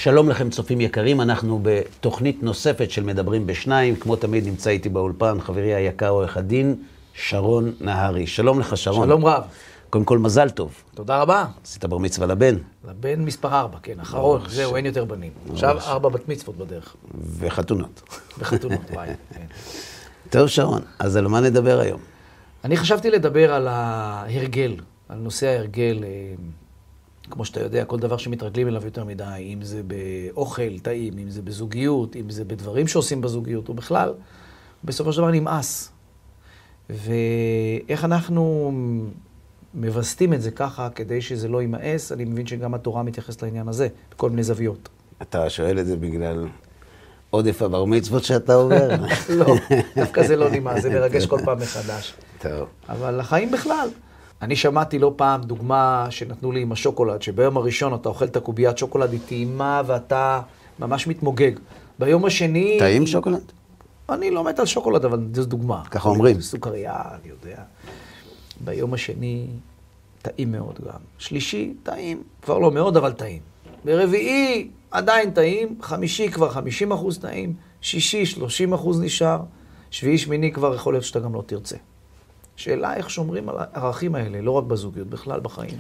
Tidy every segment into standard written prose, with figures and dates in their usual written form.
שלום לכם צופים יקרים, אנחנו בתוכנית נוספת של מדברים בשניים, כמו תמיד נמצא איתי באולפן חברי היקר עורך הדין שרון נהרי. שלום לך שרון. שלום רב. קודם כל מזל טוב. תודה רבה. עשית בר מצווה לבן. לבן מספר 4, כן, אחרון, זהו, אין יותר בנים. עכשיו 4 בת מצוות בדרך. וחתונות. וחתונות, וואי. כן. טוב שרון, אז על מה נדבר היום? אני חשבתי לדבר על ההרגל, על נושא ההרגל. כמו שאתה יודע, כל דבר שמתרגלים אליו יותר מדי, אם זה באוכל, טעים, אם זה בזוגיות, אם זה בדברים שעושים בזוגיות, ובכלל, בסופו של דבר נמאס. ואיך אנחנו מבסטים את זה ככה, כדי שזה לא יימאס, אני מבין שגם התורה מתייחסת לעניין הזה, בכל מיני זוויות. אתה שואל את זה בגלל עודף הבר מצוות שאתה עובר? לא, דווקא זה לא נמאס, זה מרגש כל פעם מחדש. טוב. אבל החיים בכלל. אני שמעתי לא פעם דוגמה שנתנו לי עם השוקולד, שביום הראשון אתה אוכל את הקוביית שוקולד, היא טעימה ואתה ממש מתמוגג. ביום השני... טעים שוקולד? אני לא מת על שוקולד, אבל זו דוגמה. ככה אומרים. סוכריה, אני יודע. ביום השני טעים מאוד גם. שלישי טעים, כבר לא מאוד, אבל טעים. ברביעי עדיין טעים, חמישי כבר 50% טעים, שישי 30% נשאר, שביעי שמיני כבר יכול להיות שאתה גם לא תרצה. שאלה איך שומרים על הערכים האלה, לא רק בזוגיות, בכלל בחיים.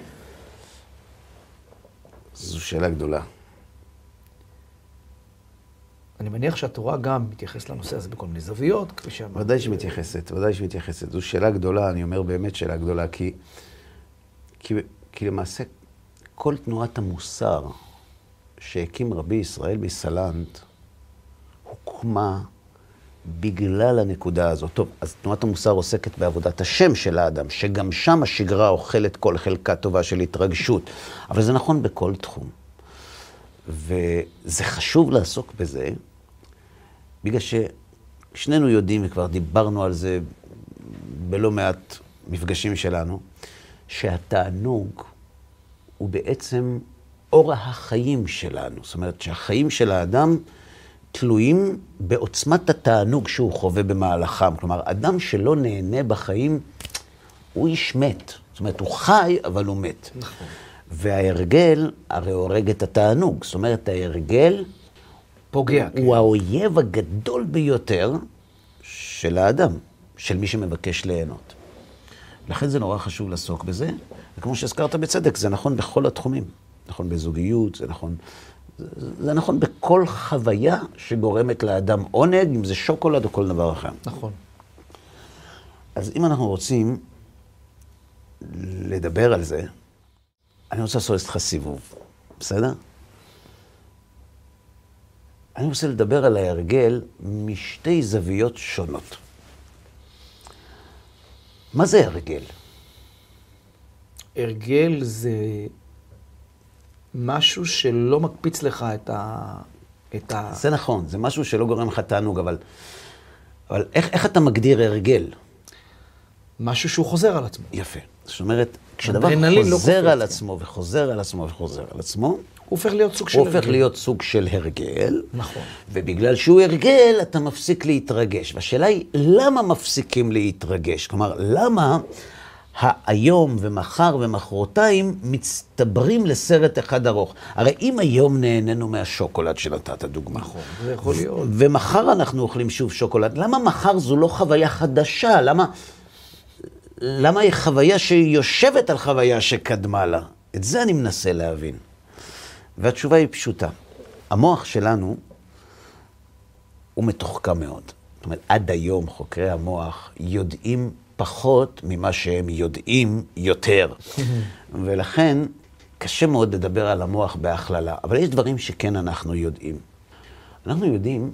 זו שאלה גדולה. אני מניח שהתורה גם מתייחסת לנושא הזה בכל מיני זוויות, כפי שאמרתי. ודאי שמתייחסת. זו שאלה גדולה, אני אומר באמת שאלה גדולה, כי למעשה כל תנועת המוסר שהקים רבי ישראל מסלנט, הוקמה בגלל הנקודה הזאת. טוב, אז תנועת המוסר עוסקת בעבודת השם של האדם, שגם שם השגרה אוכלת כל חלקה טובה של התרגשות. אבל זה נכון בכל תחום. וזה חשוב לעסוק בזה, בגלל ששנינו יודעים, וכבר דיברנו על זה בלא מעט מפגשים שלנו, שהתענוג הוא בעצם אור החיים שלנו. זאת אומרת שהחיים של האדם תלויים בעוצמת התענוג שהוא חווה במהלכם. כלומר, אדם שלא נהנה בחיים, הוא איש מת. זאת אומרת, הוא חי, אבל הוא מת. נכון. וההרגל הרי הורג את התענוג. זאת אומרת, ההרגל פוגע. הוא האויב הגדול ביותר של האדם, של מי שמבקש ליהנות. לכן זה נורא חשוב לעסוק בזה. וכמו שהזכרת בצדק, זה נכון בכל התחומים. נכון בזוגיות, זה נכון בכל חוויה שגורמת לאדם עונג, אם זה שוקולד או כל דבר אחר. נכון. אז אם אנחנו רוצים לדבר על זה, אני רוצה לעשות איתך סיבוב, בסדר? אני רוצה לדבר על ההרגל משתי זוויות שונות. מה זה הרגל? הרגל זה משהו שלא מקפיץ לך את ה... זה נכון, זה משהו שלא גורם לך תענוג, אבל איך אתה מגדיר הרגל? משהו שהוא חוזר על עצמו. יפה. זאת אומרת, כשדבר חוזר על עצמו וחוזר על עצמו וחוזר על עצמו, הוא הופך להיות סוג של הרגל. הוא הופך להיות סוג של הרגל. נכון. ובגלל שהוא הרגל, אתה מפסיק להתרגש. והשאלה היא, למה מפסיקים להתרגש? כלומר, למה היום ומחר ומחרתיים מצטברים לסרט אחד ארוך? הרי אם היום נהנינו מהשוקולד שנתת דוגמה. נכון, זה יכול להיות. ומחר אנחנו אוכלים שוב שוקולד. למה מחר זו לא חוויה חדשה? למה היא חוויה שיושבת על חוויה שקדמה לה? את זה אני מנסה להבין. והתשובה היא פשוטה. המוח שלנו הוא מתוחכם מאוד. זאת אומרת, עד היום חוקרי המוח יודעים פחות ממה שהם יודעים יותר. ולכן קשה מאוד לדבר על המוח בהכללה. אבל יש דברים שכן אנחנו יודעים. אנחנו יודעים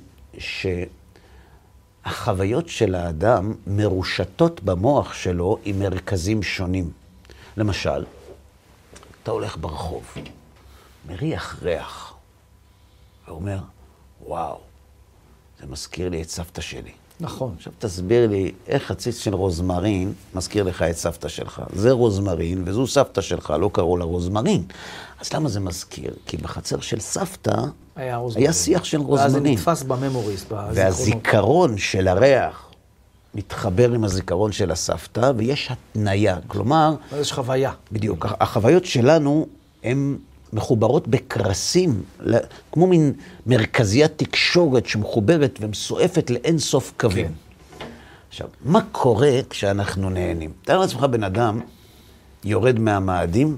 שהחוויות של האדם מרושתות במוח שלו עם מרכזים שונים. למשל, אתה הולך ברחוב, מריח ריח, ואומר, וואו, זה מזכיר לי את סבתא שלי. נכון. עכשיו תסביר לי איך חציץ של רוזמרין מזכיר לך את סבתא שלך. זה רוזמרין וזו סבתא שלך, לא קראו לה רוזמרין. אז למה זה מזכיר? כי בחצר של סבתא היה שיח של רוזמרין. ואז זה נתפס בממוריס, בזיכרונות. והזיכרון של הריח מתחבר עם הזיכרון של הסבתא, ויש התניה. כלומר... יש חוויה. בדיוק. החוויות שלנו הן מחוברות בקרסים, כמו מין מרכזיית תקשורת שמחוברת ומסועפת לאין סוף קווים. כן. עכשיו, מה קורה כשאנחנו נהנים? תאר לעצמך בן אדם יורד מהמאדים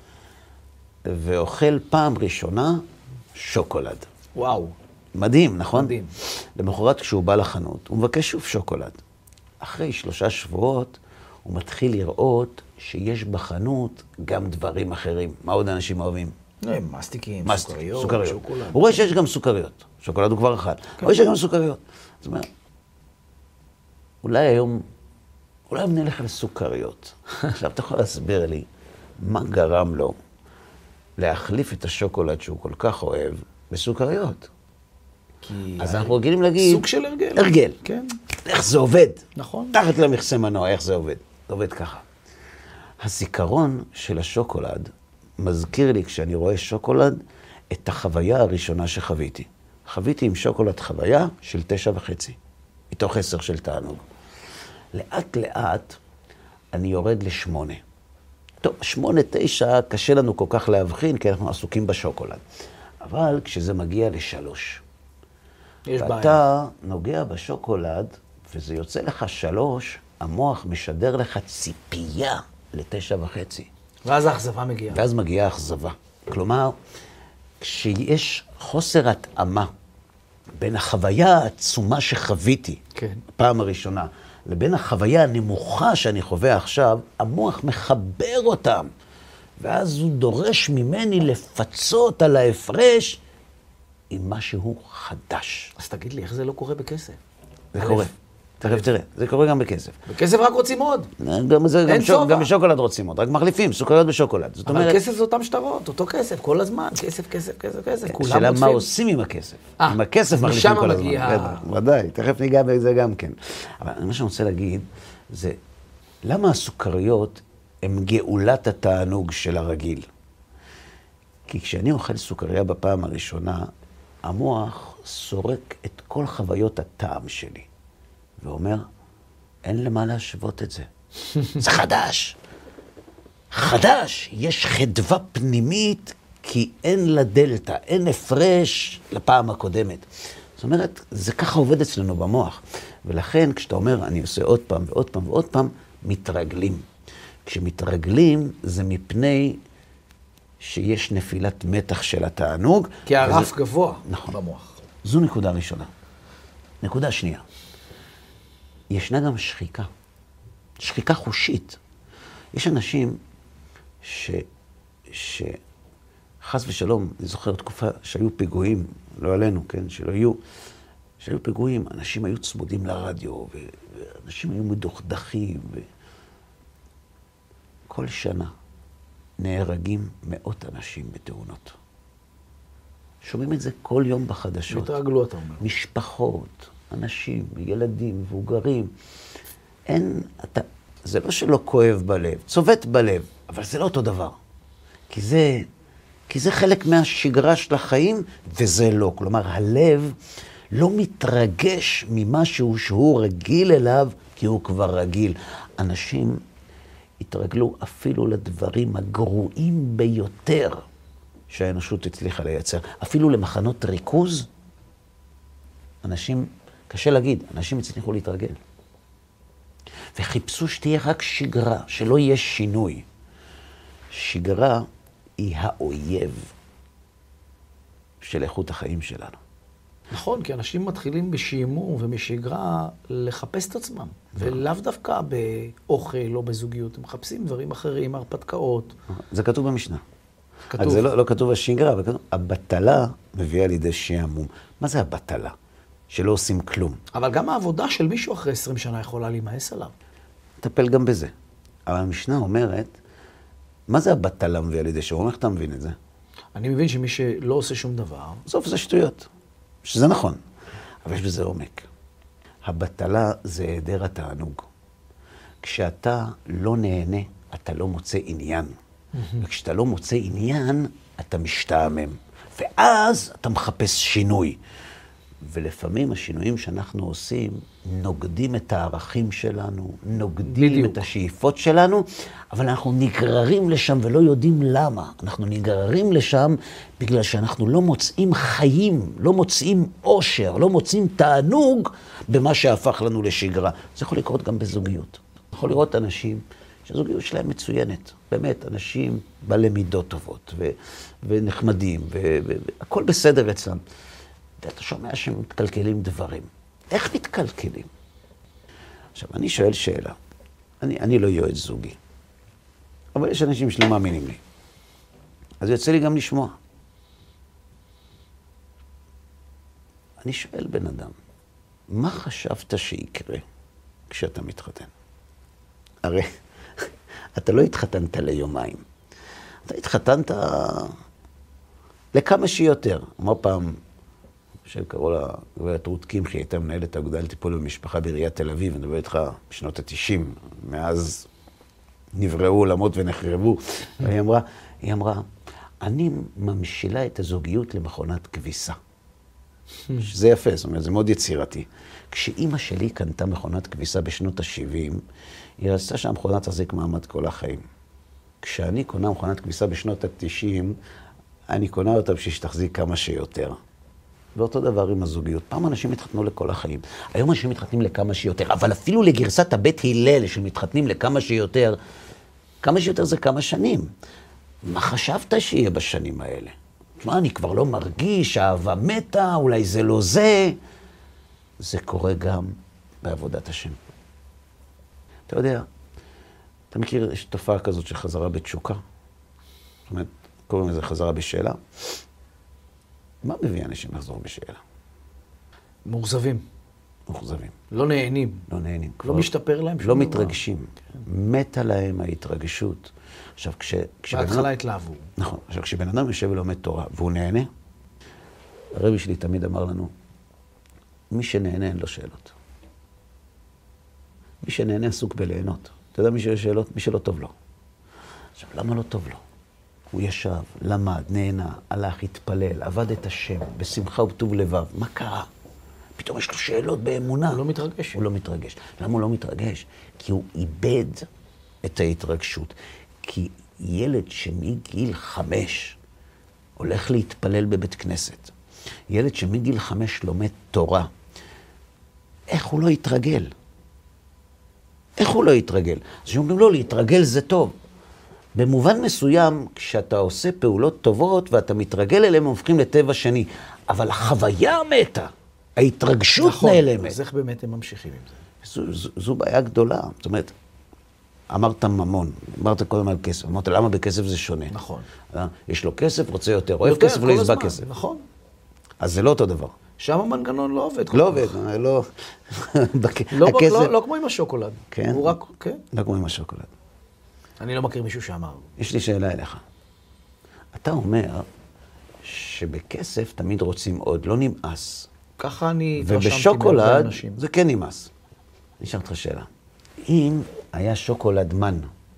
ואוכל פעם ראשונה שוקולד. וואו. מדהים, נכון? מדהים. למחרת כשהוא בא לחנות, הוא מבקש שוב שוקולד. אחרי 3 שבועות הוא מתחיל לראות שיש בחנות גם דברים אחרים. מה עוד אנשים אוהבים? מסטיקים, סוכריות. שוקולד. הוא רואה שיש גם סוכריות. שוקולד הוא כבר אכל. הוא רואה שיש גם סוכריות. זאת אומרת, אולי היום נלך לסוכריות. עכשיו אתה יכול להסביר לי מה גרם לו להחליף את השוקולד שהוא כל כך אוהב בסוכריות. אז אנחנו רגילים להגיד... סוג של הרגל. הרגל. כן. איך זה עובד? נכון. תחת למכסה מנוע, איך זה עובד? זה עובד ככה. הזיכרון של השוקולד מזכיר לי כשאני רואה שוקולד את החוויה הראשונה שחוויתי. חוויתי עם שוקולד חוויה של 9.5, מתוך 10 של תענוג. לאט לאט אני יורד ל8. טוב, 8, 9 קשה לנו כל כך להבחין כי אנחנו עסוקים בשוקולד. אבל כשזה מגיע ל3, ואתה נוגע בשוקולד וזה יוצא לך 3, המוח משדר לך ציפייה ל9.5. ואז האכזבה מגיעה. ואז מגיעה האכזבה. כלומר, כשיש חוסר התאמה בין החוויה העצומה שחוויתי, כן. פעם הראשונה, לבין החוויה הנמוכה שאני חווה עכשיו, המוח מחבר אותם. ואז הוא דורש ממני לפצות על ההפרש עם משהו חדש. אז תגיד לי, איך זה לא קורה בכסף? זה קורה. תכף תראה, זה קורה גם בכסף. בכסף רק רוצים עוד. גם בשוקולד רוצים עוד, רק מחליפים, סוכריות בשוקולד. זאת אומרת... אבל כסף זה אותם שטרות, אותו כסף, כל הזמן. כסף, כסף, כסף, כסף. שאלה מה עושים עם הכסף. עם הכסף מחליפים כל הזמן. ודאי, תכף ניגע בזה גם כן. אבל מה שאני רוצה להגיד, זה למה הסוכריות הן גאולת התענוג של הרגיל? כי כשאני אוכל סוכריה בפעם הראשונה, המוח סורק את כל חוויות הטעם שלי. ואומר, אין למה להשוות את זה. זה חדש. חדש. יש חדווה פנימית, כי אין לה דלטה, אין הפרש לפעם הקודמת. זאת אומרת, זה ככה עובד אצלנו במוח. ולכן, כשאתה אומר, אני עושה עוד פעם ועוד פעם ועוד פעם, מתרגלים. כשמתרגלים, זה מפני שיש נפילת מתח של התענוג. כי הרף גבוה נכון. במוח. זו נקודה ראשונה. נקודה שנייה. ישנה גם שחיקה. שחיקה חושית. יש אנשים חס ושלום, אני זוכר תקופה שהיו פיגועים, לא עלינו, כן, שהיו פיגועים, אנשים היו צמודים לרדיו, ואנשים היו מדוכדכים, כל שנה נהרגים 100 אנשים בתאונות. שומעים את זה כל יום בחדשות. מתרגלו, אתה אומר. משפחות, אנשים, ילדים, מבוגרים. זה לא שלא כואב בלב, צובט בלב, אבל זה לא אותו דבר. כי זה חלק מהשגרה של החיים, וזה לא. כלומר, הלב לא מתרגש ממשהו שהוא רגיל אליו, כי הוא כבר רגיל. אנשים התרגלו אפילו לדברים הגרועים ביותר שהאנושות הצליחה לייצר. אפילו למחנות ריכוז, אנשים, קשה להגיד, אנשים הצליחו להתרגל. וחיפשו שתהיה רק שגרה, שלא יהיה שינוי. שגרה היא האויב של איכות החיים שלנו. נכון, כי אנשים מתחילים בשימור ומשגרה לחפש את עצמם. ולאו דווקא באוכל או בזוגיות, הם מחפשים דברים אחרים, הרפתקאות. זה כתוב במשנה. כתוב. רק זה לא כתוב השגרה, אבל כתוב, הבטלה מביאה לידי שעמום. מה זה הבטלה? שלא עושים כלום. אבל גם העבודה של מישהו אחרי 20 שנה יכולה להימאס עליו. טפל גם בזה. אבל המשנה אומרת, מה זה הבטלה מביאה לידי שעמום? איך אתה מבין את זה? אני מבין שמי שלא עושה שום דבר... בסוף זה שטויות. שזה נכון. אבל יש בזה עומק. הבטלה זה היעדר התענוג. כשאתה לא נהנה, אתה לא מוצא עניין. וכשאתה לא מוצא עניין, אתה משתעמם. ואז אתה מחפש שינוי. ולפעמים השינויים שאנחנו עושים נוגדים את הערכים שלנו, נוגדים בדיוק. את השאיפות שלנו, אבל אנחנו נגררים לשם ולא יודעים למה. אנחנו נגררים לשם בגלל שאנחנו לא מוצאים חיים, לא מוצאים אושר, לא מוצאים תענוג במה שהפך לנו לשגרה. זה יכול לקרות גם בזוגיות. יכול לראות אנשים שהזוגיות שלהם מצוינת. באמת, אנשים בעלי מידות טובות ונחמדים, והכל בסדר אצלם. ואתה שומע שהם מתקלקלים דברים. איך מתקלקלים? עכשיו, אני שואל שאלה. אני לא יועץ זוגי, אבל יש אנשים שלא מאמינים לי. אז יוצא לי גם לשמוע. אני שואל בן אדם, מה חשבת שיקרה כשאתה מתחתן? הרי אתה לא התחתנת ליומיים. אתה התחתנת לכמה שיותר. אמר פעם, שקראו לה גברת רות קמחי, הייתה מנהלת האגודה לטיפול במשפחה בעיריית תל אביב, אני מדבר איתך בשנות ה-90, מאז נבראו עולמות ונחרבו. היא אמרה, אני ממשילה את הזוגיות למכונת כביסה. שזה יפה, זאת אומרת, זה מאוד יצירתי. כשאימא שלי קנתה מכונת כביסה בשנות ה-70, היא רצתה שהמכונה תחזיק מעמד כל החיים. כשאני קונה מכונת כביסה בשנות ה-90, אני קונה אותה בשביל שתחזיק כמה שיותר. ואותו דבר עם הזוגיות. פעם אנשים מתחתנו לכל החיים. היום אנשים מתחתנים לכמה שיותר, אבל אפילו לגרסת הבית הלל שמתחתנים לכמה שיותר, כמה שיותר זה כמה שנים. מה חשבת שיהיה בשנים האלה? תשמע, אני כבר לא מרגיש, האהבה מתה, אולי זה לא זה. זה קורה גם בעבודת השם. אתה יודע, אתה מכיר, יש תופעה כזאת של חזרה בתשוקה. זאת אומרת, קוראים לזה חזרה בשאלה. מה מביא אנשים לחזור בשאלה? מאוכזבים. מאוכזבים. לא נהנים. לא נהנים. לא משתפר להם שום לא דבר. מתרגשים. מתה להם ההתרגשות. עכשיו, בהתחלה התלהבו. נכון. עכשיו, כשבן אדם יושב ולומד תורה, והוא נהנה, הרבי שלי תמיד אמר לנו, מי שנהנה אין לו שאלות. מי שנהנה עסוק בליהנות. אתה יודע מי שיש שאלות? מי שלא טוב לו. עכשיו, למה לא טוב לו? הוא ישב, למד, נהנה, הלך, התפלל, עבד את השם, בשמחה ובטוב לבב. מה קרה? פתאום יש לו שאלות באמונה. הוא לא מתרגש. הוא לא מתרגש. למה הוא לא מתרגש? כי הוא איבד את ההתרגשות. כי ילד שמגיל 5 הולך להתפלל בבית כנסת, ילד שמגיל 5 לומד תורה, איך הוא לא יתרגל? איך הוא לא יתרגל? אז שאומרים לו, להתרגל זה טוב. במובן מסוים, כשאתה עושה פעולות טובות ואתה מתרגל אליהם, הם הופכים לטבע שני. אבל החוויה מתה, ההתרגשות נכון, נעלמת. אז איך באמת הם ממשיכים עם זה? זו בעיה גדולה. זאת אומרת, אמרת ממון, אמרת קודם על כסף, אמרת למה בכסף זה שונה. נכון. יש לו כסף, רוצה יותר, אוהב כסף ולא יסבע כסף. נכון. אז זה לא אותו דבר. שם המנגנון לא עובד. לא עובד, לא... לא כמו עם השוקולד. כן? הוא רק, כן. לא כמו עם השוקולד. אני לא מכיר מישהו שאמר. יש לי שאלה אליך. אתה אומר שבכסף תמיד רוצים עוד, לא נמאס. ככה אני התרשמתי מהרבה ובשוקולד אנשים. זה כן נמאס. אני אשאל אותך שאלה. אם היה שוקולד מן,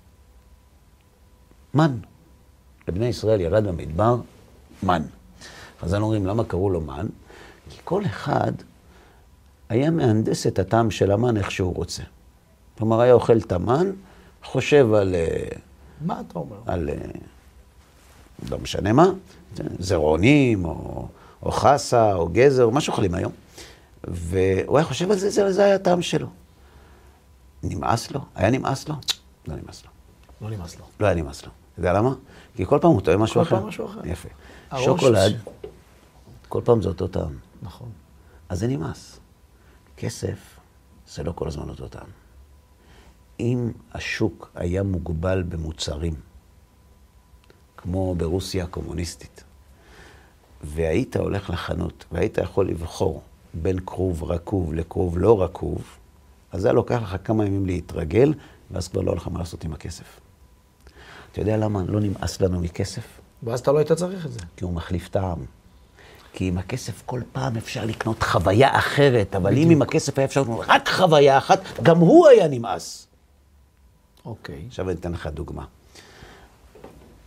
לבני ישראל ירד במדבר, מן. חז"ל אומרים, למה קראו לו מן? כי כל אחד היה מהנדס את הטעם של המן איך שהוא רוצה. כלומר, היה אוכל את המן, חושב על... מה אתה אומר? על... לא משנה מה, זרעונים, או חסה, או גזר, מה שאוכלים היום. והוא היה חושב על זה, זה היה הטעם שלו. נמאס לו? היה נמאס לו? לא נמאס לו. לא נמאס לו. לא היה נמאס לו. אתה יודע למה? כי כל פעם הוא טועה משהו אחר. כל פעם משהו אחר. יפה. שוקולד, כל פעם זה אותו טעם. נכון. אז זה נמאס. כסף, זה לא כל הזמן אותו טעם. אם השוק היה מוגבל במוצרים, כמו ברוסיה הקומוניסטית, והיית הולך לחנות, והיית יכול לבחור בין כרוב רקוב לכרוב לא רקוב, אז זה לוקח לך כמה ימים להתרגל, ואז כבר לא הולך מה לעשות עם הכסף. אתה יודע למה לא נמאס לנו מכסף? ואז אתה לא היית צריך את זה. כי הוא מחליף טעם. כי עם הכסף כל פעם אפשר לקנות חוויה אחרת, אבל אם עם הכסף היה אפשר לקנות רק חוויה אחת, גם הוא היה נמאס. אוקיי. עכשיו אני אתן לך דוגמה.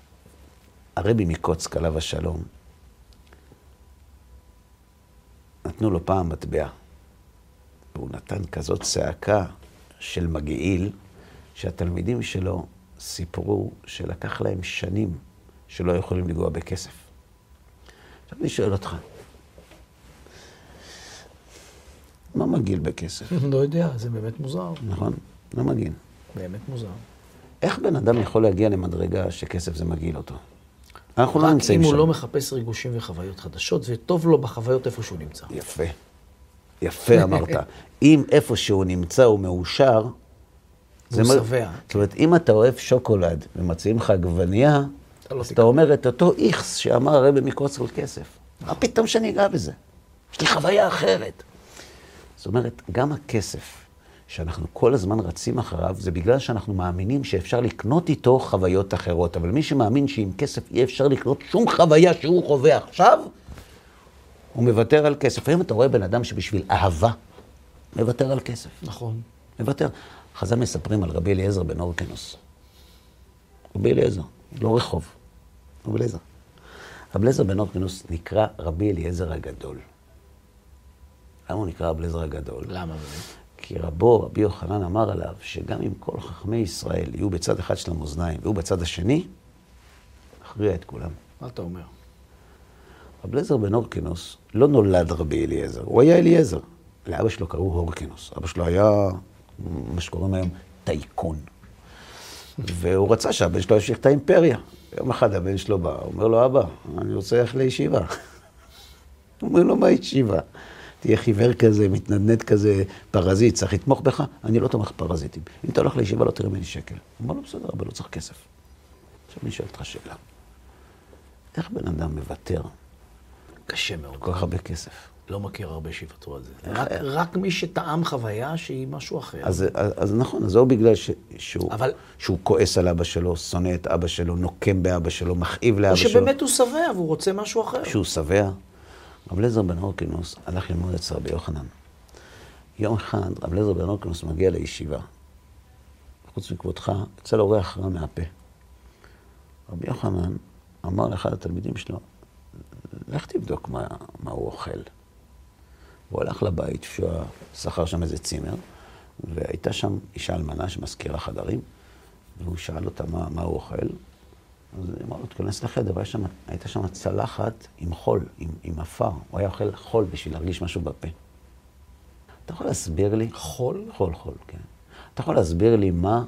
הרבי מקוצק עליו השלום נתנו לו פעם מטבע. והוא נתן כזאת צעקה של מגעיל, שהתלמידים שלו סיפרו שלקח להם שנים שלא יכולים לגוע בכסף. עכשיו אני שואל אותך, מה מגעיל בכסף? לא יודע, זה באמת מוזר. נכון? לא מגעיל. באמת מוזר. איך בן אדם יכול להגיע למדרגה שכסף זה מגעיל אותו? אנחנו לא נמצאים רק אם שם. הוא לא מחפש ריגושים וחוויות חדשות, וטוב לו בחוויות איפה שהוא נמצא. יפה. יפה אמרת. אם איפה שהוא נמצא הוא מאושר, הוא שבע. זאת אומרת, אם אתה אוהב שוקולד ומציעים לך עגבנייה, אז אתה אומר את אותו איכס שאמר הרבי מקוצר על כסף. מה פתאום שאני אגע בזה? יש לי חוויה אחרת. זאת אומרת, גם הכסף שאנחנו כל הזמן רצים אחריו, זה בגלל שאנחנו מאמינים שאפשר לקנות איתו חוויות אחרות. אבל מי שמאמין שעם כסף אי אפשר לקנות שום חוויה שהוא חווה עכשיו, הוא מוותר על כסף. היום אתה רואה בן אדם שבשביל אהבה, מוותר על כסף. נכון. מוותר. חז"ל מספרים על רבי אליעזר בן הורקנוס. רבי אליעזר, לא רחוב. רבי אליעזר. רבי אליעזר בן הורקנוס נקרא רבי אליעזר הגדול. למה הוא נקרא רבי אליעזר הגדול? למה באמת? כי רבו, רבי יוחנן אמר עליו, שגם אם כל חכמי ישראל יהיו בצד אחד של המאזניים והוא בצד השני, הכריע את כולם. מה אתה אומר? רבי אליעזר בן הורקנוס לא נולד רבי אליעזר, הוא היה אליעזר. לאבא שלו קראו הורקנוס. אבא שלו היה, מה שקוראים היום, טייקון. והוא רצה שהבן שלו ימשיך את האימפריה. יום אחד הבן שלו בא, הוא אומר לו, אבא, אני רוצה ללכת לישיבה. הוא אומר לו, מה ישיבה? תהיה חיוור כזה, מתנדנד כזה, פרזיט, צריך לתמוך בך? אני לא תומך פרזיטים. אם אתה הולך לישיבה, לא תראה ממני שקל. הוא אומר לו, בסדר, אבל לא צריך כסף. עכשיו אני שואל אותך שאלה. איך בן אדם מוותר קשה מאוד. כל כך הרבה כסף? לא מכיר הרבה שיוותרו על זה. רק מי שטעם חוויה שהיא משהו אחר. אז נכון, אז זהו בגלל שהוא כועס על אבא שלו, שונא את אבא שלו, נוקם באבא שלו, מכאיב לאבא שלו. או שבאמת הוא שבע והוא רוצה משהו אחר. שהוא שבע. רבי אליעזר בן הורקנוס הלך ללמוד אצל רבי יוחנן. יום אחד רבי אליעזר בן הורקנוס מגיע לישיבה. חוץ מכבודך, יצא לו ריח רע מהפה. רבי יוחנן אמר לאחד התלמידים שלו, לך תבדוק מה הוא אוכל. הוא הלך לבית, שהוא שכר שם איזה צימר, והייתה שם אישה אלמנה שמזכירה חדרים, והוא שאל אותה מה הוא אוכל. אז היא אמרה לו, תכנס לחדר, והייתה שם צלחת עם חול, עם אפר. הוא היה אוכל חול בשביל להרגיש משהו בפה. אתה יכול להסביר לי? חול? חול, כן. אתה יכול להסביר לי מה?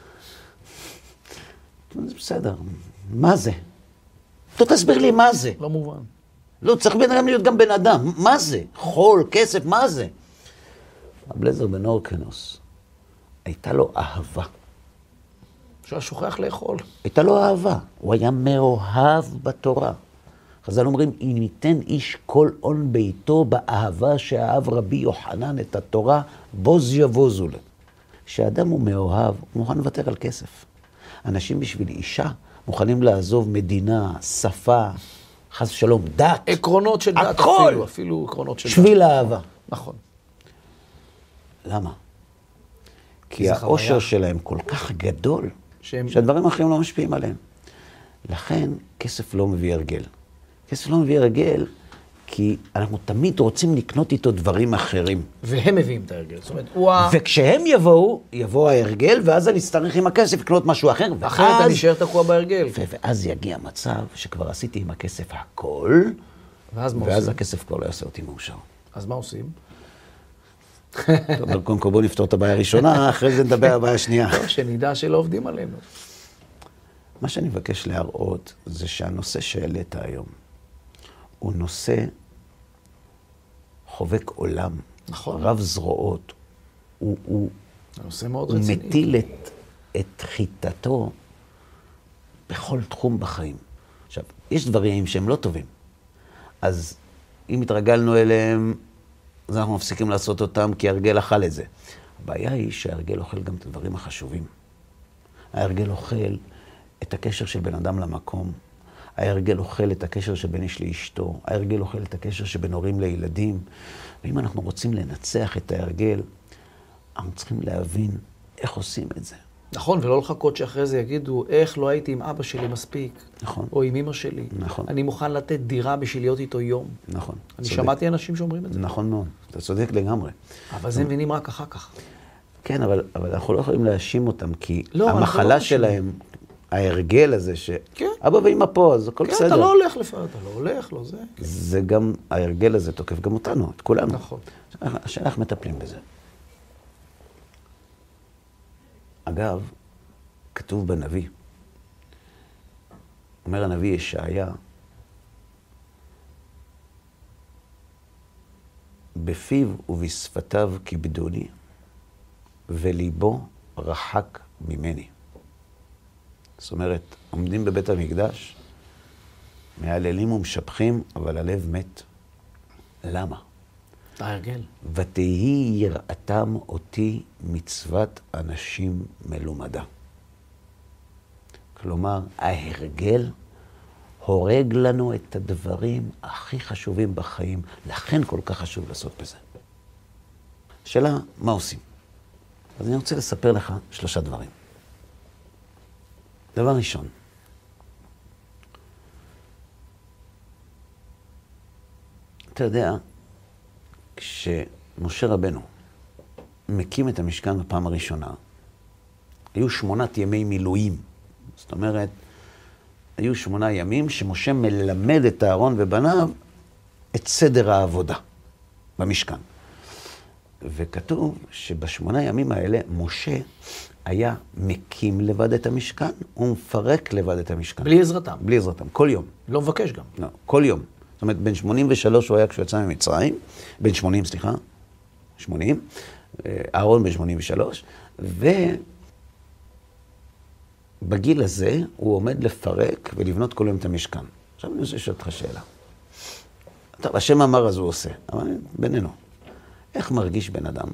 זה בסדר. מה זה? תסביר לי מה זה. לא מובן. לא, צריך בן אדם להיות גם בן אדם. מה זה? חול, כסף, מה זה? רבי אליעזר בן הורקנוס, הייתה לו אהבה. שהוא היה שוכח לאכול. הייתה לו אהבה. הוא היה מאוהב בתורה. חז"ל אומרים, אם ניתן איש כל און ביתו באהבה שאהב רבי יוחנן את התורה, בוז יבוזו לו. כשאדם הוא מאוהב, הוא מוכן לוותר על כסף. אנשים בשביל אישה מוכנים לעזוב מדינה, שפה, חס ושלום, דת. עקרונות של דת הכל. אפילו עקרונות של דת. שביל אהבה. נכון. למה? כי האושר שלהם כל כך גדול, שהדברים האחרים לא משפיעים עליהם. לכן כסף לא מביא הרגל. כסף לא מביא הרגל, כי אנחנו תמיד רוצים לקנות איתו דברים אחרים. והם מביאים את ההרגל. זאת אומרת, וכשהם יבוא ההרגל, ואז אני אצטרך עם הכסף לקנות משהו אחר, אחרת אני אשאר תקוע בהרגל. ואז יגיע מצב שכבר עשיתי עם הכסף הכל, ואז הכסף כבר לא יעשה אותי מאושר. אז מה עושים? טוב, קודם כל בואו נפתור את הבעיה הראשונה, אחרי זה נדבר על הבעיה השנייה. לא, שנדע שלא עובדים עלינו. מה שאני מבקש להראות זה שהנושא שהעלית היום הוא נושא חובק עולם, נכון. רב זרועות. הוא מטיל את חיטתו בכל תחום בחיים. עכשיו, יש דברים שהם לא טובים. אז אם התרגלנו אליהם, אז אנחנו מפסיקים לעשות אותם כי הרגל אכל את זה. הבעיה היא שההרגל אוכל גם את הדברים החשובים. ההרגל אוכל את הקשר של בן אדם למקום. ההרגל אוכל את הקשר שבין איש לאשתו. ההרגל אוכל את הקשר שבין הורים לילדים. ואם אנחנו רוצים לנצח את ההרגל, אנחנו צריכים להבין איך עושים את זה. נכון, ולא לחכות שאחרי זה יגידו, איך לא הייתי עם אבא שלי מספיק, נכון. או עם אמא שלי. נכון. אני מוכן לתת דירה בשביל להיות איתו יום. נכון. אני שמעתי אנשים שאומרים את זה. נכון מאוד, אתה צודק לגמרי. אבל זה מבינים רק אחר כך. כן, אבל אנחנו לא יכולים להאשים אותם, כי לא, המחלה שלהם, ההרגל הזה, כן. שאבא ואמא פה, אז הכל כן, בסדר. אתה לא הולך לפעמים, אתה לא הולך, לא זה. זה גם, ההרגל הזה תוקף גם אותנו, את כולנו. נכון. השאלה איך מטפלים בזה. אגב, כתוב בנביא, אומר הנביא ישעיה, בפיו ובשפתיו כיבדוני, וליבו רחק ממני. זאת אומרת, עומדים בבית המקדש, מהללים ומשבחים, אבל הלב מת. למה? ההרגל. ותהי יראתם אותי מצוות אנשים מלומדה. כלומר, ההרגל הורג לנו את הדברים הכי חשובים בחיים, לכן כל כך חשוב לעשות בזה. השאלה, מה עושים? אז אני רוצה לספר לך 3 דברים. דבר ראשון, אתה יודע, כשמשה רבנו מקים את המשכן בפעם הראשונה, היו 8 ימי מילואים. זאת אומרת, היו 8 ימים שמשה מלמד את אהרון ובניו את סדר העבודה במשכן. וכתוב שב8 ימים האלה משה היה מקים לבד את המשכן ומפרק לבד את המשכן. בלי עזרתם. בלי עזרתם, כל יום. לא מבקש גם. לא, כל יום. זאת אומרת, בין 83 הוא היה כשהוא יצא ממצרים, בין 80, סליחה, 80, אהרון בין 83, ובגיל הזה הוא עומד לפרק ולבנות כל יום את המשכן. עכשיו אני רוצה לשאול אותך שאלה. טוב, השם אמר אז הוא עושה, אבל בינינו. איך מרגיש בן אדם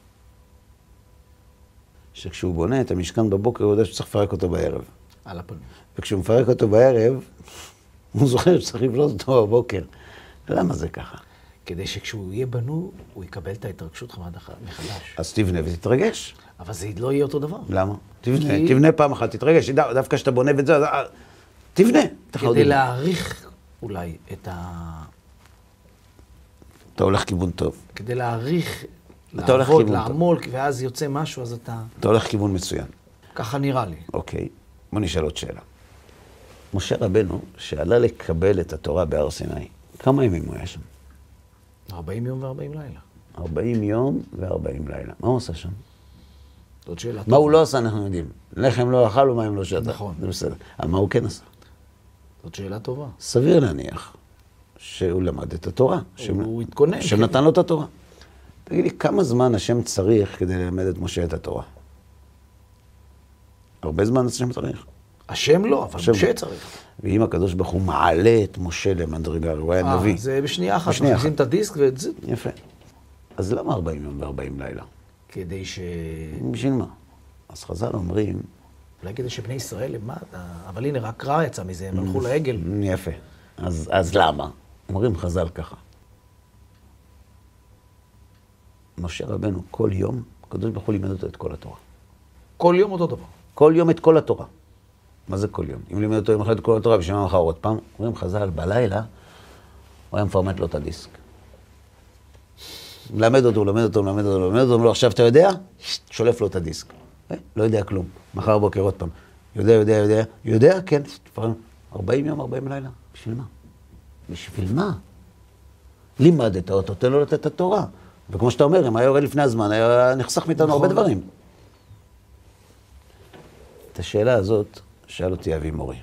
שכשהוא בונה את המשכן בבוקר הוא יודע שצריך לפרק אותו בערב? על הפנים. וכשהוא מפרק אותו בערב, הוא זוכר שצריך לבנות אותו בבוקר. למה זה ככה? כדי שכשהוא יהיה בנו, הוא יקבל את ההתרגשות מחדש. אז תבנה ותתרגש. אבל זה לא יהיה אותו דבר. למה? תבנה פעם אחת, תתרגש. דווקא כשאתה בונה את זה, תבנה. כדי להעריך אולי את אתה הולך כיוון טוב. כדי להעריך, לעבוד, לעמול, ואז יוצא משהו, אז אתה הולך כיוון מצוין. ככה נראה לי. אוקיי, בוא נשאל עוד שאלה. משה רבנו, שעלה לקבל את התורה בהר סיני, כמה ימים הוא היה שם? 40 יום ו40 לילה. 40 יום ו40 לילה. מה הוא עשה שם? זאת שאלה טובה. מה הוא לא עשה, אנחנו יודעים. לחם לא אכל ומים לא שתה. נכון. זה בסדר. אבל מה הוא כן עשה? זאת שאלה טובה. סביר להניח שהוא למד את התורה. הוא התכונן. שנתן לו את התורה. תגיד לי, כמה זמן השם צריך כדי ללמד את משה את התורה? הרבה זמן השם צריך. השם לא, אבל משה צריך. ואם הקדוש ברוך הוא מעלה את משה למדרגה, הוא היה נביא. זה בשנייה אחת, מכניסים את הדיסק ואת זה. יפה. אז למה 40 יום ו40 לילה? כדי בשביל מה? אז חז"ל אומרים... אולי כדי שבני ישראל, אבל הנה, רק רע יצא מזה, הם הלכו לעגל. יפה. אז למה? אומרים חז"ל ככה. משה רבנו כל יום, הקדוש ברוך הוא לימד אותו את כל התורה. כל יום אותו דבר. כל יום את כל התורה. מה זה כל יום? אם לימד אותו יום אחד את כל התורה, בשביל מה מחר עוד פעם? אומרים חז"ל, בלילה, הוא היה מפרמט לו את הדיסק. מלמד אותו, אומר לו, עכשיו אתה יודע? שולף לו את הדיסק. לא יודע כלום. מחר בוקר עוד פעם. יודע, כן. 40 יום, 40 לילה. בשביל מה? בשביל מה? לימדת אותו, תן לו לתת את התורה. וכמו שאתה אומר, אם היה יורד לפני הזמן, היה נחסך מאיתנו הרבה דברים. את השאלה הזאת שאל אותי אבי מורי.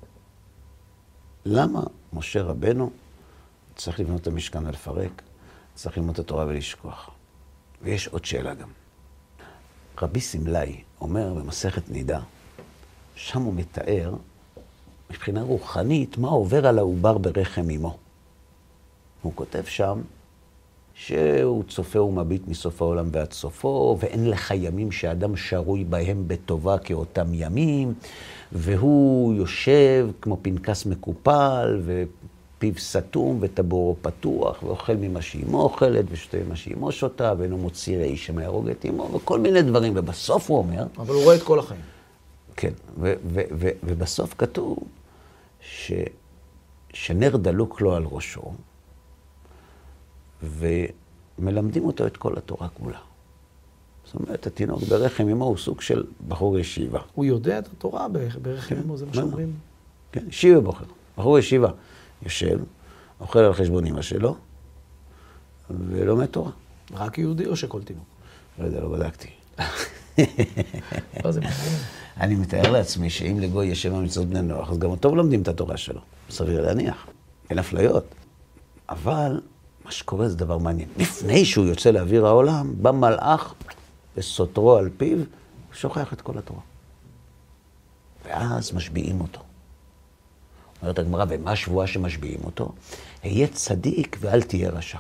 למה משה רבנו צריך לבנות את המשכן ולפרק, צריך ללמוד את התורה ולשכוח? ויש עוד שאלה גם. רבי סמלי אומר במסכת נידה, שם הוא מתאר מבחינה רוחנית מה עובר על העובר ברחם אמו. הוא כותב שם שהוא צופה ומביט מסוף העולם ועד סופו, ואין לך ימים שאדם שרוי בהם בטובה כאותם ימים, והוא יושב כמו פנקס מקופל, ופיו סתום וטבורו פתוח, ואוכל ממה שאימו אוכלת, ושותה ממה שאימו שותה, ואינו מוציא ראי שמהרוג את אימו, וכל מיני דברים. ובסוף הוא אומר... אבל הוא רואה את כל החיים. כן, ובסוף כתוב שנר דלוק לו על ראשו, ומלמדים אותו את כל התורה כולה. זאת אומרת, התינוק ברחם אמו הוא סוג של בחור ישיבה. הוא יודע את התורה ברחם אמו, זה מה שאומרים? כן, ישיבה בוחר. בחור ישיבה יושב, אוכל על חשבון אמא שלו, ולומד תורה. רק יהודי או שכל תינוק? לא יודע, לא בדקתי. לא, זה מעניין. אני מתאר לעצמי שאם לגוי ישב במצוות בני נוח, אז גם אותו לומדים את התורה שלו. סביר להניח. אין אפליות. אבל מה שקורה זה דבר מעניין. לפני שהוא יוצא לאוויר העולם, בא מלאך וסותרו על פיו, ושוכח את כל התורה. ואז משביעים אותו. אומרת הגמרא, ומה השבועה שמשביעים אותו? היה צדיק ואל תהיה רשע.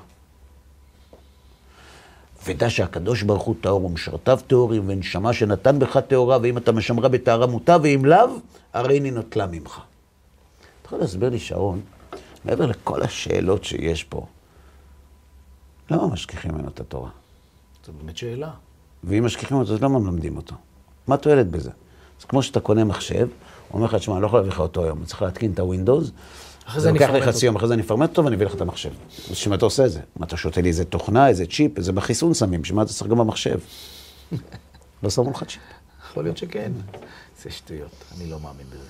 ודע שהקדוש ברוך הוא טהור ומשרתיו טהורים, ונשמה שנתן בך טהורה, ואם אתה משמרה בטהרה מוטה, ואם לאו, הרי אני נוטלה ממך. אתה יכול להסביר לי, שרון, מעבר לכל השאלות שיש פה, למה משכיחים ממנו את התורה? זו באמת שאלה. ואם משכיחים אותו, אז למה מלמדים אותו? מה תועלת בזה? זה כמו שאתה קונה מחשב, הוא אומר לך, תשמע, אני לא יכול להביא לך אותו היום, אני צריך להתקין את הווינדוס, זה לוקח לי חצי יום, אחרי זה אני אפרמט אותו ואני אביא לך את המחשב. אז שמה אתה עושה את זה? מה, אתה שותה לי איזה תוכנה, איזה צ'יפ, איזה בחיסון שמים, שמה אתה צריך גם במחשב? לא שמו לך צ'יפ. יכול להיות שכן. זה שטויות, אני לא מאמין בזה.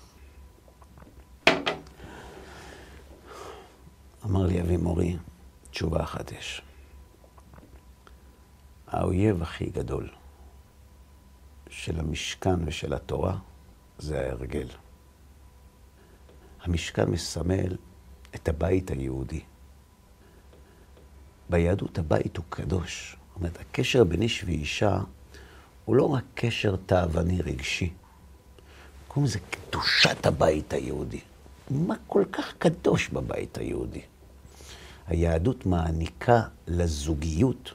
אמר לי אבי מורי, תשובה אחת יש. האויב הכי גדול של המשכן ושל התורה זה ההרגל. המשכן מסמל את הבית היהודי. ביהדות הבית הוא קדוש. זאת אומרת, הקשר בין איש ואישה הוא לא רק קשר תאווני רגשי. קוראים לזה קדושת הבית היהודי. מה כל כך קדוש בבית היהודי? היהדות מעניקה לזוגיות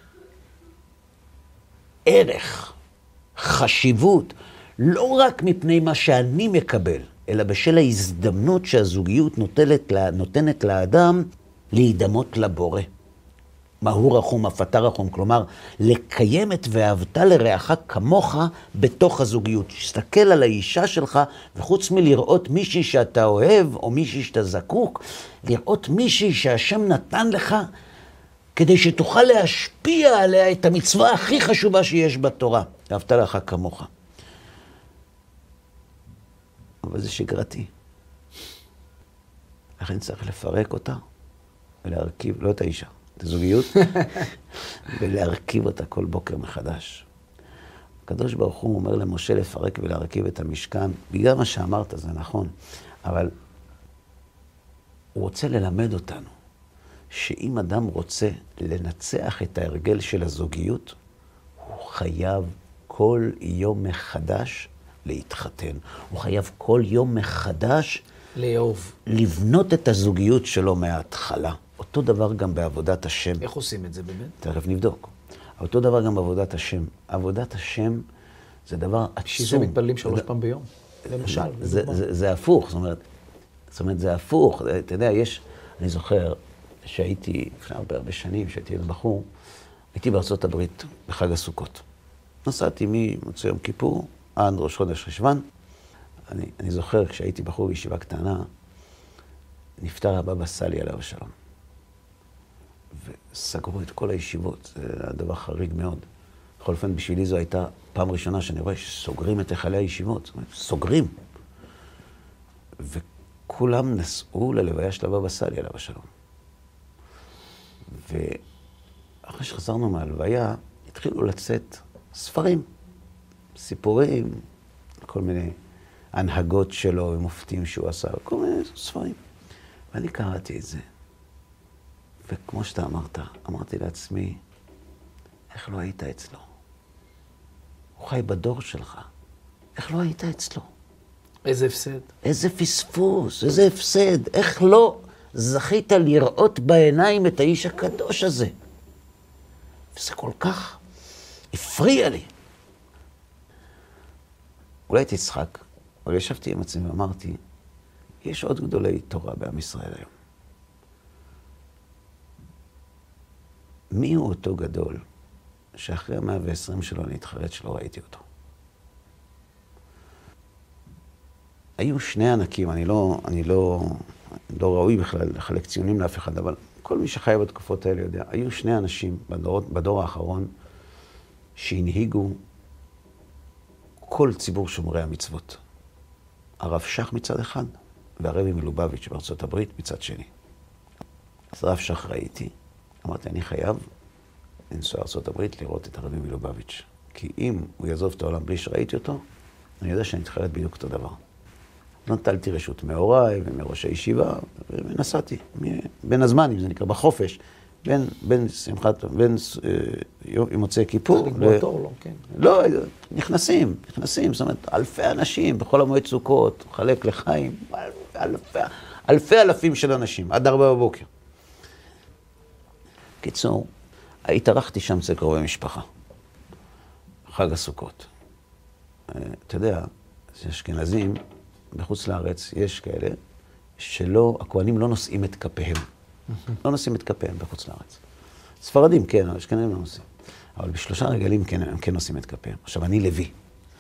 ערך, חשיבות, לא רק מפני מה שאני מקבל, אלא בשל ההזדמנות שהזוגיות נותנת לאדם להידמות לבורא. מהו רחום, אף אתה רחום, כלומר, לקיים את ואהבת לרעך כמוך בתוך הזוגיות. תסתכל על האישה שלך, וחוץ מלראות מישהי שאתה אוהב, או מישהי שאתה זקוק, לראות מישהי שהשם נתן לך, כדי שתוכל להשפיע עליה את המצווה הכי חשובה שיש בתורה. ואהבת לרעך כמוך. אבל זה שגרתי. לכן צריך לפרק אותה ולהרכיב, לא את האישה, את הזוגיות, ולהרכיב אותה כל בוקר מחדש. הקדוש ברוך הוא אומר למשה לפרק ולהרכיב את המשכן, בגלל מה שאמרת זה נכון, אבל הוא רוצה ללמד אותנו שאם אדם רוצה לנצח את ההרגל של הזוגיות, הוא חייב כל יום מחדש להתחתן. הוא חייב כל יום מחדש לאהוב. לבנות את הזוגיות שלו מההתחלה. אותו דבר גם בעבודת השם. איך עושים את זה באמת? תכף נבדוק. אותו דבר גם בעבודת השם. עבודת השם זה דבר עצום. שזה מתפללים 3 פעם ביום, למשל. זה הפוך, זאת אומרת, זה הפוך. אתה יודע, אני זוכר שהייתי, לפני הרבה שנים, שהייתי ילד בחור, הייתי בארצות הברית בחג הסוכות. נסעתי ממוצאי יום כיפור, עד ראש חודש חשוון. אני זוכר, כשהייתי בחור בישיבה קטנה, נפטר הבבא סאלי עליו השלום. וסגרו את כל הישיבות, זה היה דבר חריג מאוד. בכל אופן, בשבילי זו הייתה פעם ראשונה שאני רואה שסוגרים את היכלי הישיבות. זאת אומרת, סוגרים. וכולם נסעו ללוויה של הבבא סאלי עליו השלום. ואחרי שחזרנו מהלוויה, התחילו לצאת ספרים, סיפורים, כל מיני הנהגות שלו ומופתים שהוא עשה, כל מיני ספרים. ואני קראתי את זה, וכמו שאתה אמרתי לעצמי, איך לא היית אצלו? הוא חי בדור שלך, איך לא היית אצלו? איזה הפסד. איזה פספוס, איזה הפסד, איך לא זכית לראות בעיניים את האיש הקדוש הזה? וזה כל כך הפריע לי. אולי תצחק, אבל ישבתי עם עצמי ואמרתי, יש עוד גדולי תורה בעם ישראל היום. מי הוא אותו גדול שאחרי 120 שלו אני התחרט שלא ראיתי אותו? היו שני ענקים, אני לא ראוי בכלל לחלק ציונים לאף אחד, אבל כל מי שחי בתקופות האלה יודע, היו שני אנשים בדור האחרון שהנהיגו כל ציבור שומרי המצוות. הרב שך מצד אחד, והרבי מלובביץ' בארצות הברית מצד שני. אז הרב שך ראיתי, אמרתי, אני חייב לנסוע לארצות הברית לראות את הרבי מלובביץ'. כי אם הוא יעזוב את העולם בלי שראיתי אותו, אני יודע שאני מתחרט בדיוק אותו דבר. נטלתי רשות מהוריי ומראש הישיבה, ונסעתי. בין הזמנים, זה נקרא בחופש, בין שמחת, בין יום מוצאי כיפור. לגמור תור, לא, כן. לא, נכנסים. זאת אומרת, אלפי אנשים בכל המועד סוכות, חלק לחיים, אלפים של אנשים, עד 4 בבוקר. קיצור, התארחתי שם אצל קרובי משפחה. חג הסוכות. אתה יודע, אשכנזים, בחוץ לארץ יש כאלה שלא, הכהנים לא נושאים את כפיהם. לא נושאים את כפיהם בחוץ לארץ. ספרדים כן, אשכנזים לא נושאים. אבל ב3 רגלים הם כן נושאים את כפיהם. עכשיו, אני לוי.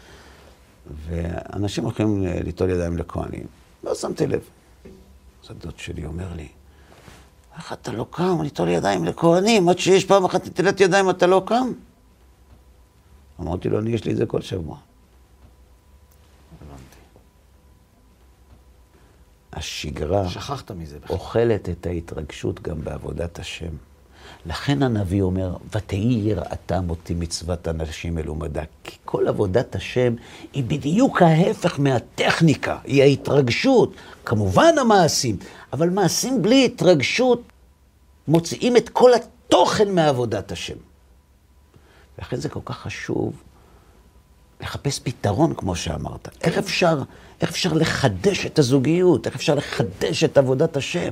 ואנשים הולכים ליטול ידיים לכהנים. לא שמתי לב. אז הדוד שלי אומר לי, איך אתה לא קם? ליטול ידיים לכהנים, עד שיש פעם אחת נטילת ידיים אתה לא קם? אמרתי לו, יש לי את זה כל שבוע. השגרה שכחת מזה בכלל. אוכלת את ההתרגשות גם בעבודת השם. לכן הנביא אומר, ותהי יראתם אותי מצוות אנשים מלומדה. כי כל עבודת השם היא בדיוק ההפך מהטכניקה, היא ההתרגשות. כמובן המעשים, אבל מעשים בלי התרגשות מוציאים את כל התוכן מעבודת השם. לכן זה כל כך חשוב לחפש פתרון, כמו שאמרת. איך אפשר לחדש את הזוגיות? איך אפשר לחדש את עבודת השם?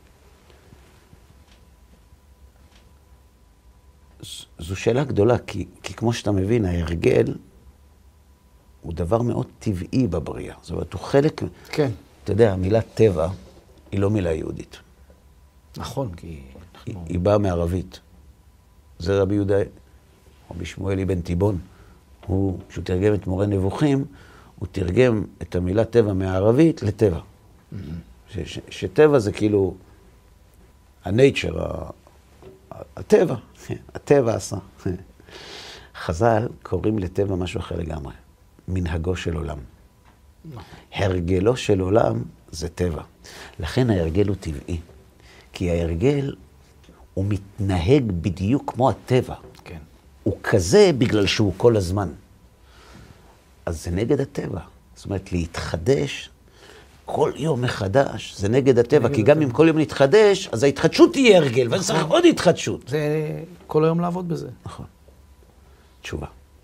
זו שאלה גדולה, כי כמו שאתה מבין, ההרגל הוא דבר מאוד טבעי בבריאה. זאת אומרת, הוא חלק... כן. אתה יודע, המילה טבע היא לא מילה יהודית. נכון, כי... היא באה מערבית. זה רבי יהודה, רבי שמואל אבן תיבון. כשהוא תרגם את מורה נבוכים, הוא תרגם את המילה טבע מהערבית לטבע. שטבע זה כאילו הנייצ'ר, הטבע, הטבע עשה. חז"ל קוראים לטבע משהו אחר לגמרי, מנהגו של עולם. הרגלו של עולם זה טבע. לכן ההרגל הוא טבעי, כי ההרגל הוא מתנהג בדיוק כמו הטבע. כן. הוא כזה בגלל שהוא כל הזמן. אז זה נגד הטבע. זאת אומרת, להתחדש כל יום מחדש, זה נגד הטבע, כי גם אם כל יום נתחדש, אז ההתחדשות תהיה הרגל, ואני צריך עוד התחדשות. זה כל היום לעבוד בזה. נכון. תשובה.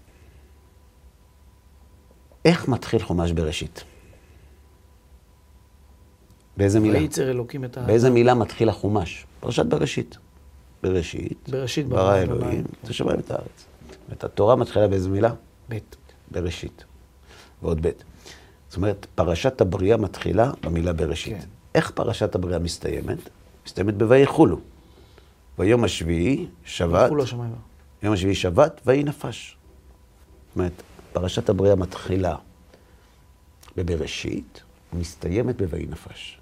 איך מתחיל חומש בראשית? באיזה מילה? וייצר אלוקים את באיזה מילה מתחיל החומש? פרשת בראשית. בראשית ברא אלוהים את השמיים ואת הארץ. ואת התורה מתחילה באיזה מילה? בית. בראשית. ועוד בית. זאת אומרת, פרשת הבריאה מתחילה במילה בראשית. כן. איך פרשת הבריאה מסתיימת? מסתיימת בויחולו. ביום השביעי שבת. ויחולו השמיים. יום השביעי שבת ויהי נפש. זאת אומרת, פרשת הבריאה מתחילה בבראשית ומסתיימת בויהי נפש.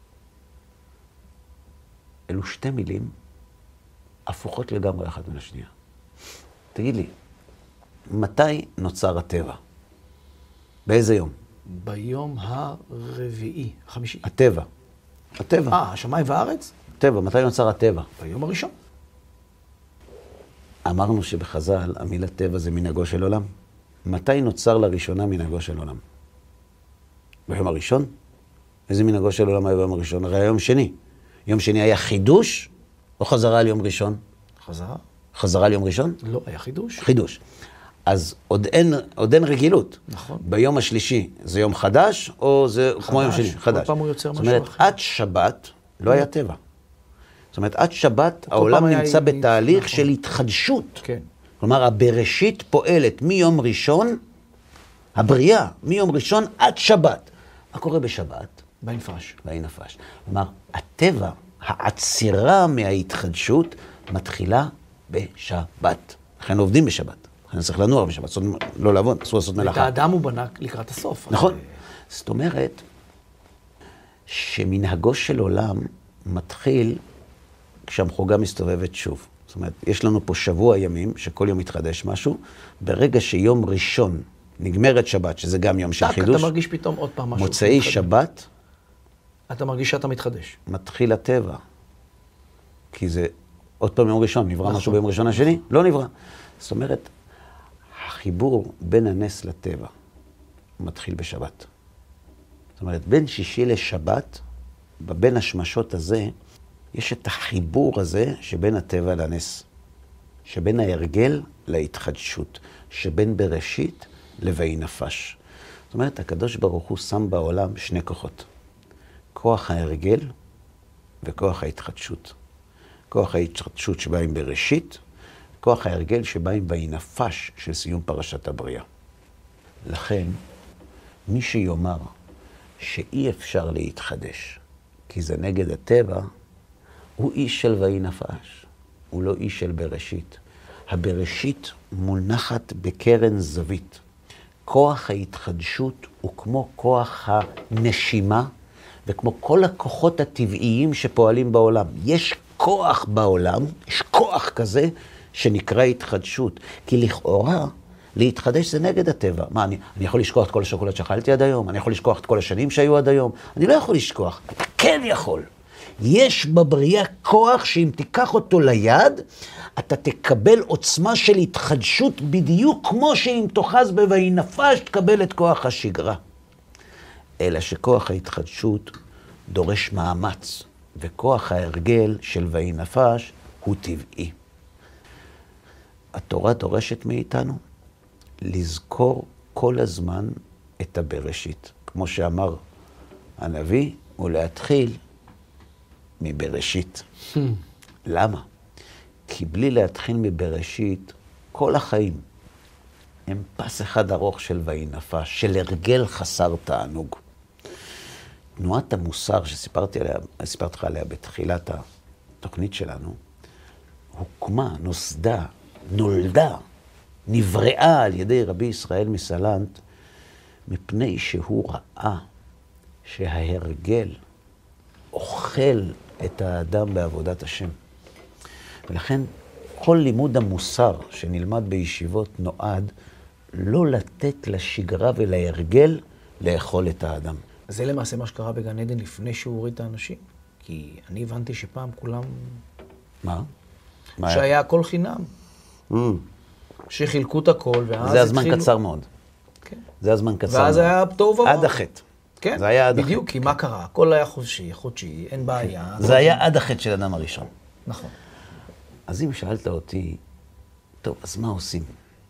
אלו שתי מילים הפוכות לגמרי אחת מן השנייה. תגיד לי, מתי נוצר הטבע? באיזה יום? ביום הרביעי, החמישי. הטבע. השמיים והארץ? טבע, מתי נוצר הטבע? ביום הראשון. אמרנו שבחז"ל המילה טבע זה מנהגו של עולם. מתי נוצר לראשונה מנהגו של עולם? ביום הראשון? איזה מנהגו של עולם היה ביום הראשון? הרי היום שני. יום שני היה חידוש או חזרה על יום ראשון? חזרה. חזרה על יום ראשון? לא, היה חידוש. חידוש. אז עוד אין רגילות. נכון. ביום השלישי זה יום חדש, או זה חדש, כמו יום שני? חדש. כל פעם הוא יוצר משהו אחר. זאת אומרת, עד שבת לא היה טבע. זאת אומרת, עד שבת העולם נמצא בתהליך נכון. של התחדשות. כן. כלומר, הבראשית פועלת מיום ראשון, הבריאה, מיום ראשון עד שבת. מה קורה בשבת? ויהי נפש. ויהי נפש. כלומר, הטבע, העצירה מההתחדשות, מתחילה בשבת. לכן עובדים בשבת. לכן צריך לנוע בשבת, לא לעבוד, אסור לעשות מלאכה. את האדם הוא בנה לקראת הסוף. נכון. זאת אומרת, שמנהגו של עולם מתחיל כשהמחוגה מסתובבת שוב. זאת אומרת, יש לנו פה שבוע ימים, שכל יום מתחדש משהו, ברגע שיום ראשון נגמרת שבת, שזה גם יום של חידוש, אתה מרגיש פתאום עוד פעם משהו. מוצאי שבת, אתה מרגיש שאתה מתחדש. מתחיל הטבע. כי זה עוד פעם יום ראשון, נברא משהו ביום ראשון השני? לא נברא. זאת אומרת, החיבור בין הנס לטבע מתחיל בשבת. זאת אומרת, בין שישי לשבת, בין השמשות הזה, יש את החיבור הזה שבין הטבע לנס. שבין ההרגל להתחדשות. שבין בראשית לווי נפש. זאת אומרת, הקדוש ברוך הוא שם בעולם שני כוחות. כוח ההרגל וכוח ההתחדשות. כוח ההתחדשות שבא עם בראשית, כוח ההרגל שבא עם ווי נפש של סיום פרשת הבריאה. לכן, מי שיאמר שאי אפשר להתחדש, כי זה נגד הטבע, הוא איש של ווי נפש, הוא לא איש של בראשית. הבראשית מונחת בקרן זווית. כוח ההתחדשות הוא כמו כוח הנשימה, וכמו כל הכוחות הטבעיים שפועלים בעולם. יש כוח בעולם, יש כוח כזה שנקרא התחדשות. כי לכאורה, להתחדש זה נגד הטבע. מה, אני יכול לשכוח את כל השוקולד שאכלתי עד היום? אני יכול לשכוח את כל השנים שהיו עד היום? אני לא יכול לשכוח. כן יכול. יש בבריאה כוח שאם תיקח אותו ליד, אתה תקבל עוצמה של התחדשות בדיוק כמו שאם תאחז בווי נפש, תקבל את כוח השגרה. אלא שכוח ההתחדשות דורש מאמץ, וכוח ההרגל של ווי נפש הוא טבעי. התורה דורשת מאיתנו לזכור כל הזמן את הבראשית. כמו שאמר הנביא, ולהתחיל מבראשית. למה? כי בלי להתחיל מבראשית, כל החיים הם פס אחד ארוך של ווי נפש, של הרגל חסר תענוג. תנועת המוסר שסיפרתי לך עליה בתחילת התוכנית שלנו, הוקמה, נוסדה, נולדה, נבראה על ידי רבי ישראל מסלנט, מפני שהוא ראה שההרגל אוכל את האדם בעבודת השם. ולכן כל לימוד המוסר שנלמד בישיבות נועד לא לתת לשגרה ולהרגל לאכול את האדם. זה למעשה מה שקרה בגן עדן לפני שהוא הוריד את האנשים. כי אני הבנתי שפעם כולם... מה? שהיה הכל חינם. שחילקו את הכל, ואז התחילו... זה הזמן קצר מאוד. כן. זה הזמן קצר מאוד. ואז היה טוב ורע. עד החטא. כן, זה היה עד בדיוק, כי מה קרה? הכל היה חודשי, אין בעיה. זה היה עד החטא של אדם הראשון. נכון. אז אם שאלת אותי, טוב, אז מה עושים?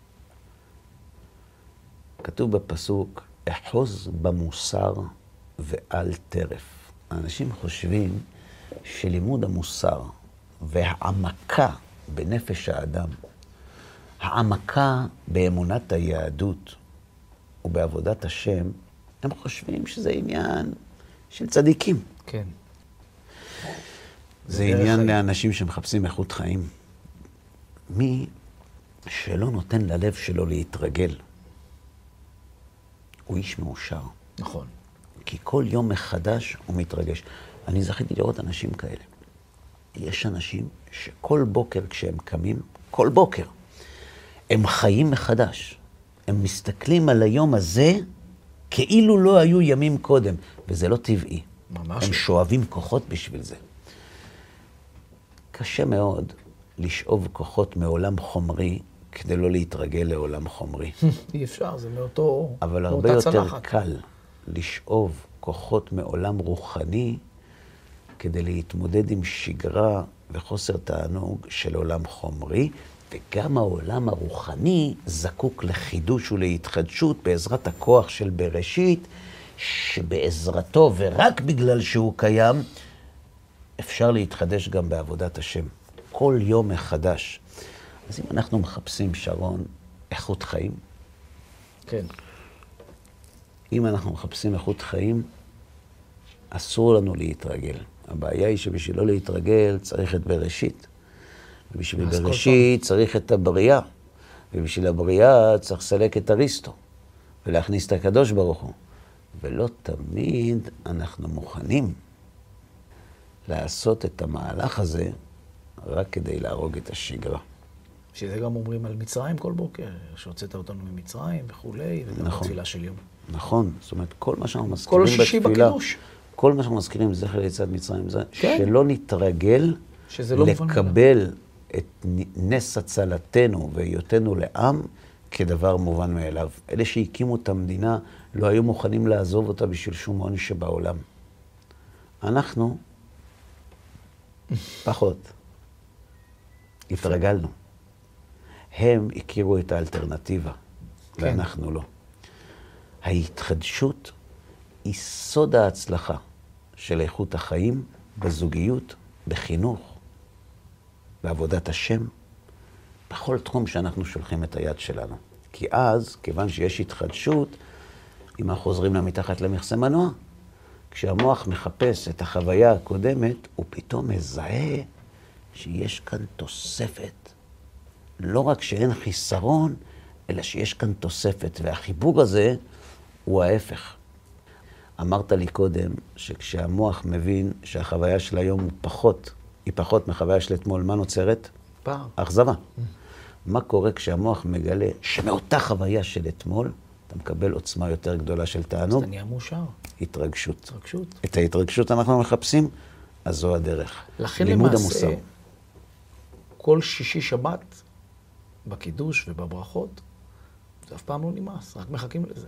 כתוב בפסוק, אחוז במוסר ואל טרף. האנשים חושבים שלימוד המוסר והעמקה בנפש האדם, העמקה באמונת היהדות ובעבודת השם, הם חושבים שזה עניין של צדיקים. כן. זה עניין לאנשים שמחפשים איכות חיים. מי שלא נותן ללב שלו להתרגל, הוא איש מאושר. נכון. כי כל יום מחדש הוא מתרגש. אני זכיתי לראות אנשים כאלה. יש אנשים שכל בוקר כשהם קמים, כל בוקר, הם חיים מחדש. הם מסתכלים על היום הזה כאילו לא היו ימים קודם, וזה לא טבעי. ממש. הם שואבים כוחות בשביל זה. קשה מאוד לשאוב כוחות מעולם חומרי כדי לא להתרגל לעולם חומרי. אי אפשר, זה מאותו... אבל הרבה יותר קל לשאוב כוחות מעולם רוחני כדי להתמודד עם שגרה וחוסר תענוג של עולם חומרי, וגם העולם הרוחני זקוק לחידוש ולהתחדשות בעזרת הכוח של בראשית, שבעזרתו ורק בגלל שהוא קיים, אפשר להתחדש גם בעבודת השם. כל יום מחדש. אז אם אנחנו מחפשים, שרון, איכות חיים, כן. אם אנחנו מחפשים איכות חיים, אסור לנו להתרגל. הבעיה היא שבשביל לא להתרגל צריך את בראשית. ובשביל בראשית צריך את הבריאה. ובשביל הבריאה צריך לסלק את אריסטו. ולהכניס את הקדוש ברוך הוא. ולא תמיד אנחנו מוכנים לעשות את המהלך הזה רק כדי להרוג את השגרה. שזה גם אומרים על מצרים כל בוקר, שהוצאת אותנו ממצרים וכולי, וגם נכון. בתפילה של יום. נכון, זאת אומרת, כל מה שאנחנו מזכירים כל השישי בקידוש. כל מה שאנחנו מזכירים זכר ליציאת מצרים, זה כן. שלא נתרגל שזה לא מובן לקבל את נס הצלתנו והיותנו לעם כדבר מובן מאליו. אלה שהקימו את המדינה לא היו מוכנים לעזוב אותה בשביל שום עונש שבעולם. אנחנו פחות. התרגלנו. הם הכירו את האלטרנטיבה, כן. ואנחנו לא. ההתחדשות היא סוד ההצלחה של איכות החיים בזוגיות, בחינוך, בעבודת השם, בכל תחום שאנחנו שולחים את היד שלנו. כי אז, כיוון שיש התחדשות, אם אנחנו חוזרים למתחת למכסה מנוע, כשהמוח מחפש את החוויה הקודמת, הוא פתאום מזהה שיש כאן תוספת. לא רק שאין חיסרון, אלא שיש כאן תוספת, והחיבור הזה הוא ההפך. אמרת לי קודם שכשהמוח מבין שהחוויה של היום היא פחות מחוויה של אתמול, מה נוצרת? פער. אכזבה. מה קורה כשהמוח מגלה שמאותה חוויה של אתמול, אתה מקבל עוצמה יותר גדולה של תענוג? אז אתה נהיה מאושר. התרגשות. התרגשות. את ההתרגשות אנחנו מחפשים, אז זו הדרך. לכן לימוד למעשה, המוסר. כל שישי שבת, בקידוש ובברכות, זה אף פעם לא נמאס, רק מחכים לזה.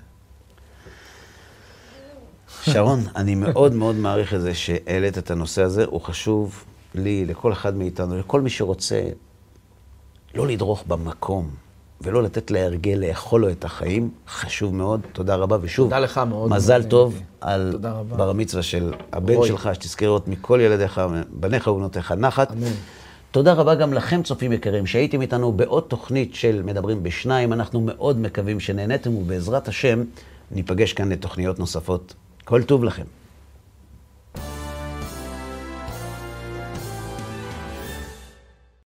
שרון, אני מאוד מאוד מעריך את זה שהעלית את הנושא הזה, הוא חשוב לי, לכל אחד מאיתנו, לכל מי שרוצה לא לדרוך במקום, ולא לתת להרגל לאכול לו את החיים, חשוב מאוד, תודה רבה, ושוב, תודה לך מאוד. מזל טוב על תודה רבה. בר המצווה של הבן רוי. שלך, שתזכה לראות מכל ילדיך, בניך ובנותיך נחת. אמן. תודה רבה גם לכם, צופים יקרים, שהייתם איתנו בעוד תוכנית של מדברים בשניים. אנחנו מאוד מקווים שנהנתם, ובעזרת השם ניפגש כאן לתוכניות נוספות. כל טוב לכם.